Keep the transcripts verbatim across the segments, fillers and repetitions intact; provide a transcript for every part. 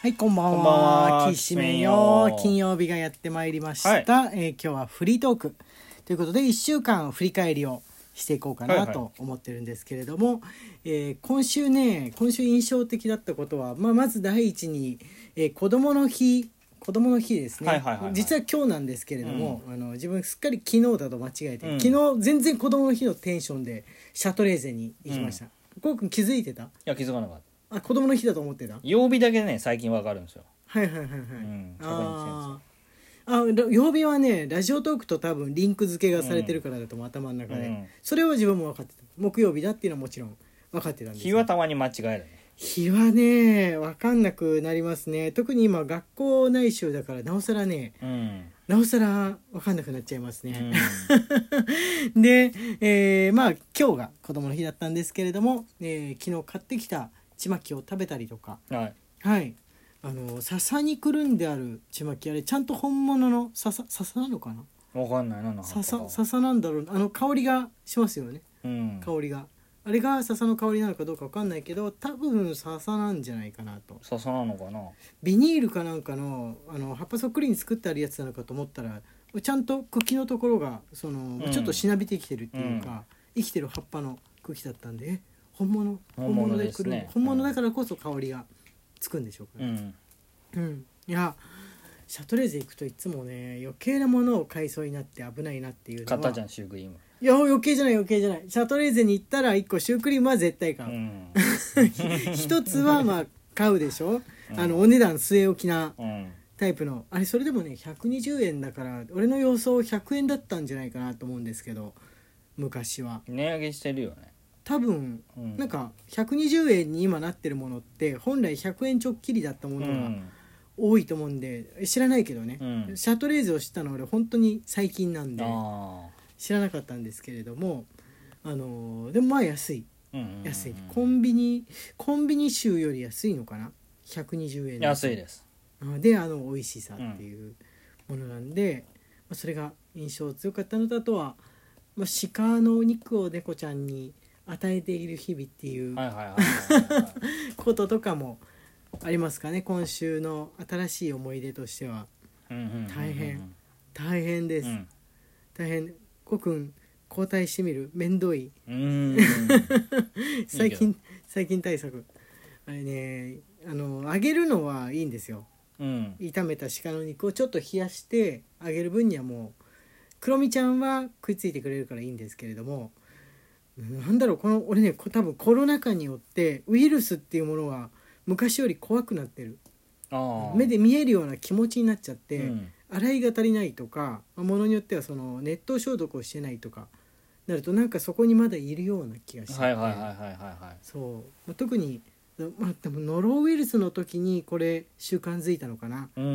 はいこんばんは。 こんばんはきしめんよ金曜日がやってまいりました、はいえー、今日はフリートークということでいっしゅうかん振り返りをしていこうかなと思ってるんですけれども、はいはいえー、今週ね今週印象的だったことは、まあ、まず第一に、えー、子どもの日子供の日ですね、 はいはいはいはい、実は今日なんですけれども、うん、あの自分すっかり昨日だと間違えて、うん、昨日全然子供の日のテンションでシャトレーゼに行きました。こうくん気づいてた？いや気づかなかった。 あ、子供の日だと思ってた？ 曜日だけね最近わかるんですよ。 はいはいはいはい、うん、 ああ曜日はねラジオトークと多分リンク付けがされてるからだと思う、うん、頭の中で、うん、それは自分も分かってた。木曜日だっていうのはもちろん分かってたんです。 日はたまに間違えるね。 日はね分かんなくなりますね。特に今学校内週だからなおさらね、うん、なおさら分かんなくなっちゃいますね、うん、で、えー、まあ今日が子供の日だったんですけれども、えー、昨日買ってきたちまきを食べたりとか、はい、はい、あの笹にくるんであるちまき、あれちゃんと本物の笹笹なのかな。 わかんないな。 笹笹なんだろう。あの香りがしますよね、うん、香りがあれが笹の香りなのかどうかわかんないけど多分笹なんじゃないかなと。 笹なのかな。 ビニールかなんか の, あの葉っぱそっくりに作ってあるやつなのかと思ったらちゃんと茎のところがその、うん、ちょっとしなびてきてるっていうか、うん、生きてる葉っぱの茎だったんでえ本物本物でくる、ね、本物だからこそ香りがつくんでしょうか、ね、うん、うん、いやシャトレーゼ行くといつもね余計なものを買いそうになって危ないなっていうのは。 買ったじゃんシュークリーム。 いや余計じゃない余計じゃない。シャトレーゼに行ったらいっこシュークリームは絶対買う、うん、一つはまあ買うでしょ、うん、あのお値段据え置きなタイプの、あれそれでもねひゃくにじゅうえんだから俺の予想ひゃくえんだったんじゃないかなと思うんですけど、昔は値上げしてるよね多分、うん、なんかひゃくにじゅうえんに今なってるものって本来ひゃくえんちょっきりだったものが、うん多いと思うんで知らないけどね、うん、シャトレーゼを知ったのは俺本当に最近なんで知らなかったんですけれども、あのー、でもまあ安い、うんうんうん、安いコンビニコンビニ臭より安いのかな。ひゃくにじゅうえん安いです。 であの美味しさっていうものなんで、うん、それが印象強かったのとあとは、まあ、鹿のお肉を猫ちゃんに与えている日々っていうこととかもありますかね。今週の新しい思い出としては大変大変です、うん、大変。コくん交代してみるめんどい。うーん最近最近対策あれねあの揚げるのはいいんですよ、うん、炒めた鹿の肉をちょっと冷やして揚げる分にはもうクロミちゃんは食いついてくれるからいいんですけれども、なんだろうこの俺ね多分コロナ禍によってウイルスっていうものは昔より怖くなってる。あ目で見えるような気持ちになっちゃって、うん、洗いが足りないとかものによってはその熱湯消毒をしてないとかなるとなんかそこにまだいるような気がして、はいはいはいはいはい、はい、そう特に、まあ、でもノロウイルスの時にこれ習慣づいたのかな、うん、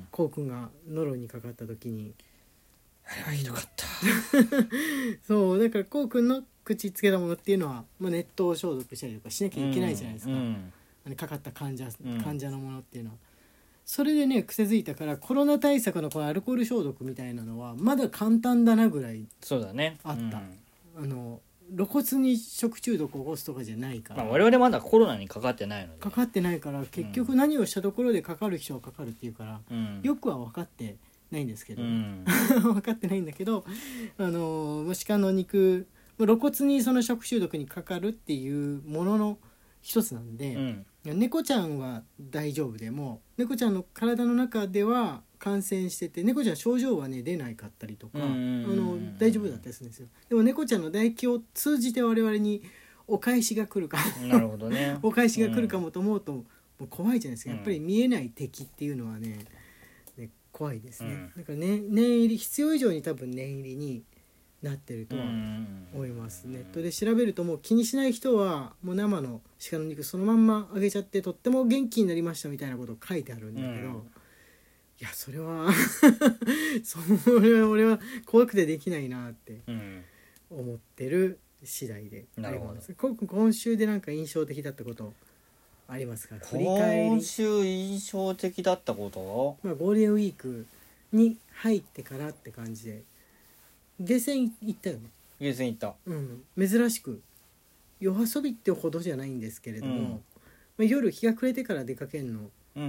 こうくんがノロにかかった時にあれはひどかったそうだからこうくんの口つけたものっていうのは、まあ、熱湯消毒したりとかしなきゃいけないじゃないですか、うんうん、かかった患者、患者のものっていうのは、うん、それでね癖づいたからコロナ対策のこのアルコール消毒みたいなのはまだ簡単だなぐらいそうだねあった、うん、あの露骨に食中毒を起こすとかじゃないから、 まあ、我々まだコロナにかかってないのでかかってないから結局何をしたところでかかる人はかかるっていうから、うん、よくは分かってないんですけど、うん、分かってないんだけどあの鹿の肉露骨にその食中毒にかかるっていうものの一つなんで、うん、猫ちゃんは大丈夫でも猫ちゃんの体の中では感染してて猫ちゃん症状はね出ないかったりとかあの大丈夫だったりするんですよ。でも猫ちゃんの唾液を通じて我々にお返しが来るかもなるほど、ね、 お返しが来るかもと思うと、うん、もう怖いじゃないですか。やっぱり見えない敵っていうのはね、ね怖いですね、うん、だからね念入り必要以上に多分念入りになってるとは思います。ネットで調べるともう気にしない人はもう生の鹿の肉そのまんま揚げちゃってとっても元気になりましたみたいなこと書いてあるんだけど、うん、いやそれはそれは俺は怖くてできないなって思ってる次第であります。今週でなんか印象的だったことありますか？振り返り。 今週印象的だったこと、 まあ、ゴールデンウィークに入ってからって感じでゲーセン行ったよね。 ゲーセン行った、 うん、珍しく夜遊びってほどじゃないんですけれども、うんまあ、夜日が暮れてから出かけるのうんうん、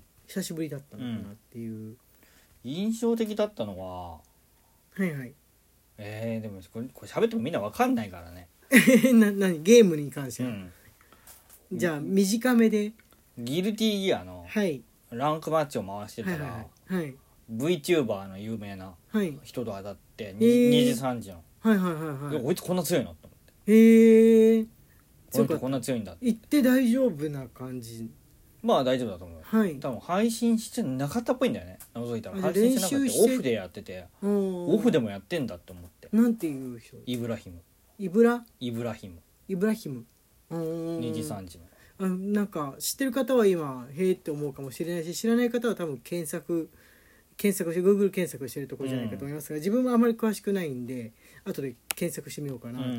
久しぶりだったのかなっていう、うん、 印象的だったのははいはいえー、でもこれこれ喋ってもみんな分かんないからねな何ゲームに関しては、うん、じゃあ短めでギルティギアのランクマッチを回してたら、はいはいはい、VTuber の有名な人と当たって、はい、にじさんじの、 はいはいはいはい、 こいつこんな強いのと思ってへえこいつこんな強いんだって言って大丈夫な感じまあ大丈夫だと思う、はい、多分配信してなかったっぽいんだよね覗いたら配信してなかったオフでやっててオフでもやってんだって思ってなんていう人イブラヒムイブライブラヒムイブラヒムにじさんじのあなんか知ってる方は今へえって思うかもしれないし知らない方は多分検索検索して Google 検索してるところじゃないかと思いますが、うん、自分はあまり詳しくないんで後で検索してみようかなと、うん、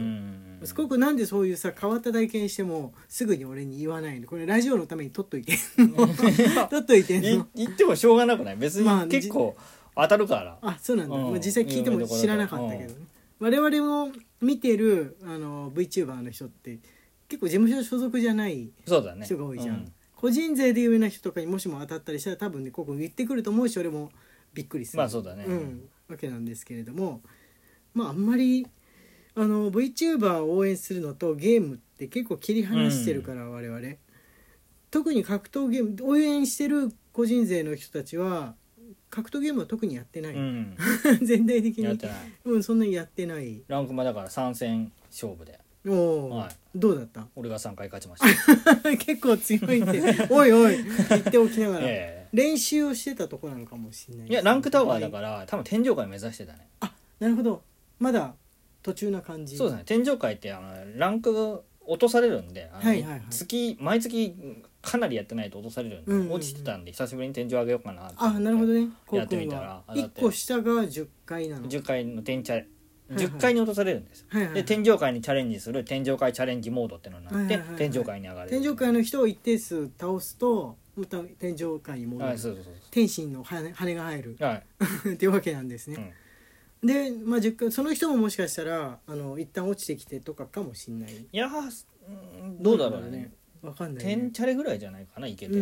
すごくなんでそういうさ変わった体験してもすぐに俺に言わないのこれラジオのために撮っといて撮っといてんの言ってもしょうがなくない別に結構当たるから、 まあ、あそうなんだ、うんまあ、実際聞いても知らなかったけどね、うん、我々も見てるあの VTuber の人って結構事務所所属じゃない人が多いじゃん、うん、個人税で有名な人とかにもしも当たったりしたら多分ねここ言ってくると思うし俺もびっくりする、 まあそうだね、 うん、わけなんですけれどもまああんまりあの VTuber を応援するのとゲームって結構切り離してるから、うん、我々特に格闘ゲーム応援してる個人勢の人たちは格闘ゲームは特にやってない、うん、全体的にやってない、 うん、そんなにやってないランクもだから参戦勝負でお、はい、どうだった俺がさんかい勝ちました結構強いっておいおい言っておきながら、えー、練習をしてたとこなのかもしれない、ね、 いやランクタワーだから多分天上界目指してたねあなるほどまだ途中な感じそうですね天上界ってあのランクが落とされるんであの、はいはいはい、月毎月かなりやってないと落とされるんで、うんうんうん、落ちてたんで久しぶりに天井上げようかなってあなるほどねやってみたらいっこ下がじゅっかいなのじゅっかいの天チャレじゅっかいに落とされるんです、はいはい、で天上界にチャレンジする天上界チャレンジモードってのになって、はいはいはいはい、天上界に上がる天上界の人を一定数倒すとまた天上界に戻る、はい、そうそうそう天心の羽が生える、はい、っていうわけなんですね、うん、で、まあ、じゅっかいその人ももしかしたらあの一旦落ちてきてとかかもしれないいやどうだろうねわかんないね天チャレぐらいじゃないかないけて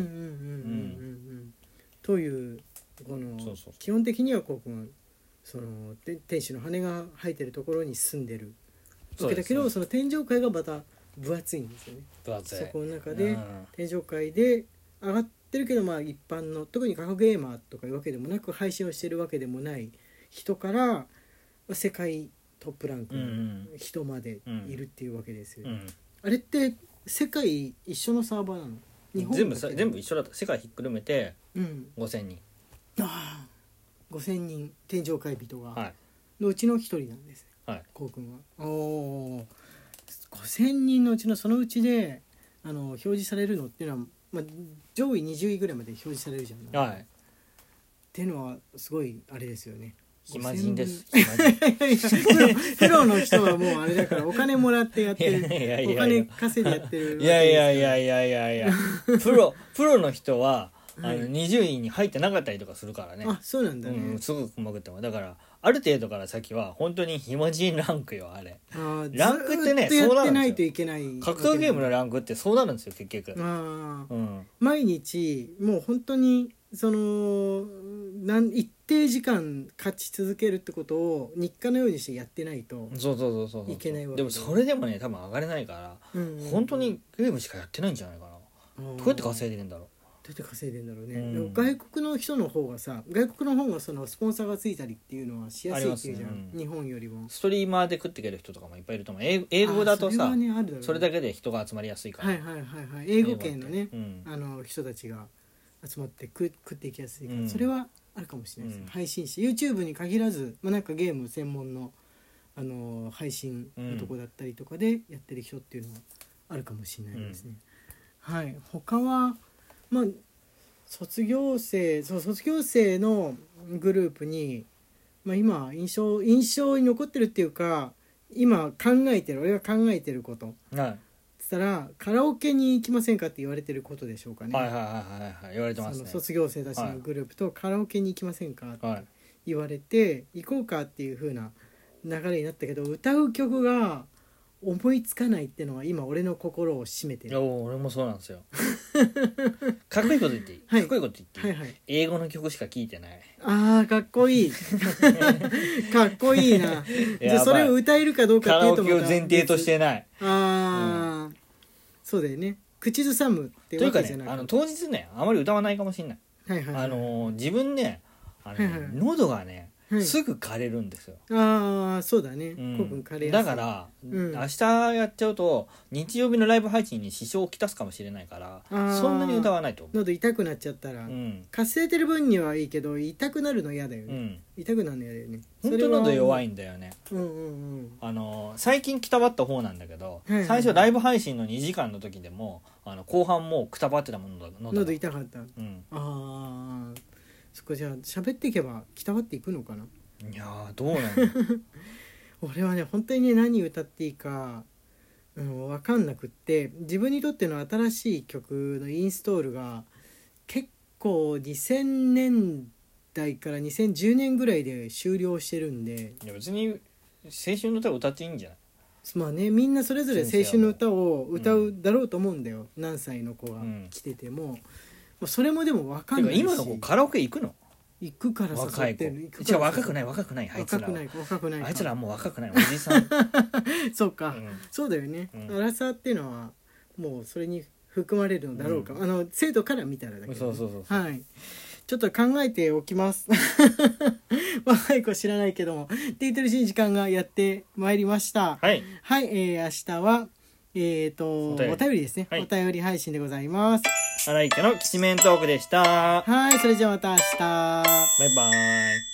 というこのそうそうそう基本的にはこうその天使の羽が生えてるところに住んでるわけだけど そ,、ね、その天上界がまた分厚いんですよね分厚いそこの中で天上界で上がってるけどまあ一般の特に格ゲーマーとかいうわけでもなく配信をしてるわけでもない人から世界トップランクの人までいるっていうわけですよ、うんうん、あれって世界一緒のサーバーなの日本全部全部一緒だった世界ひっくるめてごせんにん、 うん、ああごせんにん天上界人が、はい、のうちの一人なんですね、はい、こうくんはおごせんにんのうちのそのうちであの表示されるのっていうのは、まあ、上位にじゅういぐらいまで表示されるじゃん、はい、っていうのはすごいあれですよね暇人ですプロの人はもうあれだからお金もらってやってるいやいやいやお金稼いでやってるいやいやいやいやいやいやプロプロの人はあのにじゅういに入ってなかったりとかするからねあそうなんだね、 うん、すごく細くってもだからある程度から先は本当に暇人ランクよあれあランクってねそうなるんですよ格闘ゲームのランクってそうなるんですよ結局あ、うん、毎日もう本当にそのなん一定時間勝ち続けるってことを日課のようにしてやってないといけないわけでもそれでもね多分上がれないから、うんうん、本当にゲームしかやってないんじゃないかなどうやって稼いでるんだろうどうやって稼いでんだろうね、うん、外国の人の方がさ外国の方がそのスポンサーがついたりっていうのはしやすいっていうじゃん、ねうん、日本よりもストリーマーで食っていける人とかもいっぱいいると思う英英語だとさ そ,、ねね、それだけで人が集まりやすいからはいはいはいはい英語圏のね、うん、あの人たちが集まって食食っていきやすいから、うん、それはあるかもしれないです、うん、配信し YouTube に限らず、まあ、なんかゲーム専門の、あのー、配信のとこだったりとかでやってる人っていうのはあるかもしれないですね、うん、はい他はまあ卒業生そう卒業生のグループに、まあ、今印象印象に残ってるっていうか今考えてる俺が考えてること、はいつったらカラオケに行きませんかって言われてることでしょうかね。 はいはいはいはいはい言われてますね。 その卒業生たちのグループとカラオケに行きませんかって言われて、はい、行こうかっていう風な流れになったけど歌う曲が思いつかないってのは今俺の心を占めてる。 お俺もそうなんですよかっこいいこと言っていい、はい、かっこいいこと言っていい、はいはい、英語の曲しか聴いてない。 あーかっこいいかっこいいなじゃあそれを歌えるかどうかっていうとまたカラオケを前提としてない。 ああ、うん、そうだよね。口ずさむってわけじゃなくて、 というかね、あの当日ねあまり歌わないかもしれない、はいはいはい、あの自分ねあのね、はいはい、喉がねすぐ枯れるんですよ。 ああそうだね、うん、コウ君枯れやすい。 だから、うん、明日やっちゃうと日曜日のライブ配信に支障をきたすかもしれないからそんなに歌わないと思う。 喉痛くなっちゃったら、うん、活性てる分にはいいけど痛くなるの嫌だよね、うん、痛くなるの嫌だよね。 本当喉弱いんだよね、 うんうんうん、 あの最近くたばった方なんだけど、はいはいはい、最初ライブ配信のにじかんの時でもあの後半もうくたばってたものだ。 喉痛かった、うん、ああそこじゃあ喋っていけばくたばっていくのかな。 いやどうなの俺はね本当にね何歌っていいか、うん、分かんなくって自分にとっての新しい曲のインストールが結構にせんねんだいからにせんじゅうねんぐらいで終了してるんで。 いや別に青春の歌を歌っていいんじゃない。 まあねみんなそれぞれ青春の歌を歌うだろうと思うんだよ、うん、何歳の子が来てても、うん、まあ、それもでも分かんないし。 今の子カラオケ行くの。 行くから誘ってる。 じゃあ若くない若くないあいつら若くない若くないあいつらはもう若くないおじさんそうか、うん、そうだよね、うん、アラサーっていうのはもうそれに含まれるのだろうか、うん、あの生徒から見たらだけど、ね、 そうそうそうそう、 はい、ちょっと考えておきます若い子知らないけどもって言ってるし時間がやってまいりました。 はい、 はい、えー、明日はえーとお便り、お便りですね、はい、お便り配信でございます。 荒井家のきしめんトークでした。 はい、それじゃあまた明日。 バイバイ。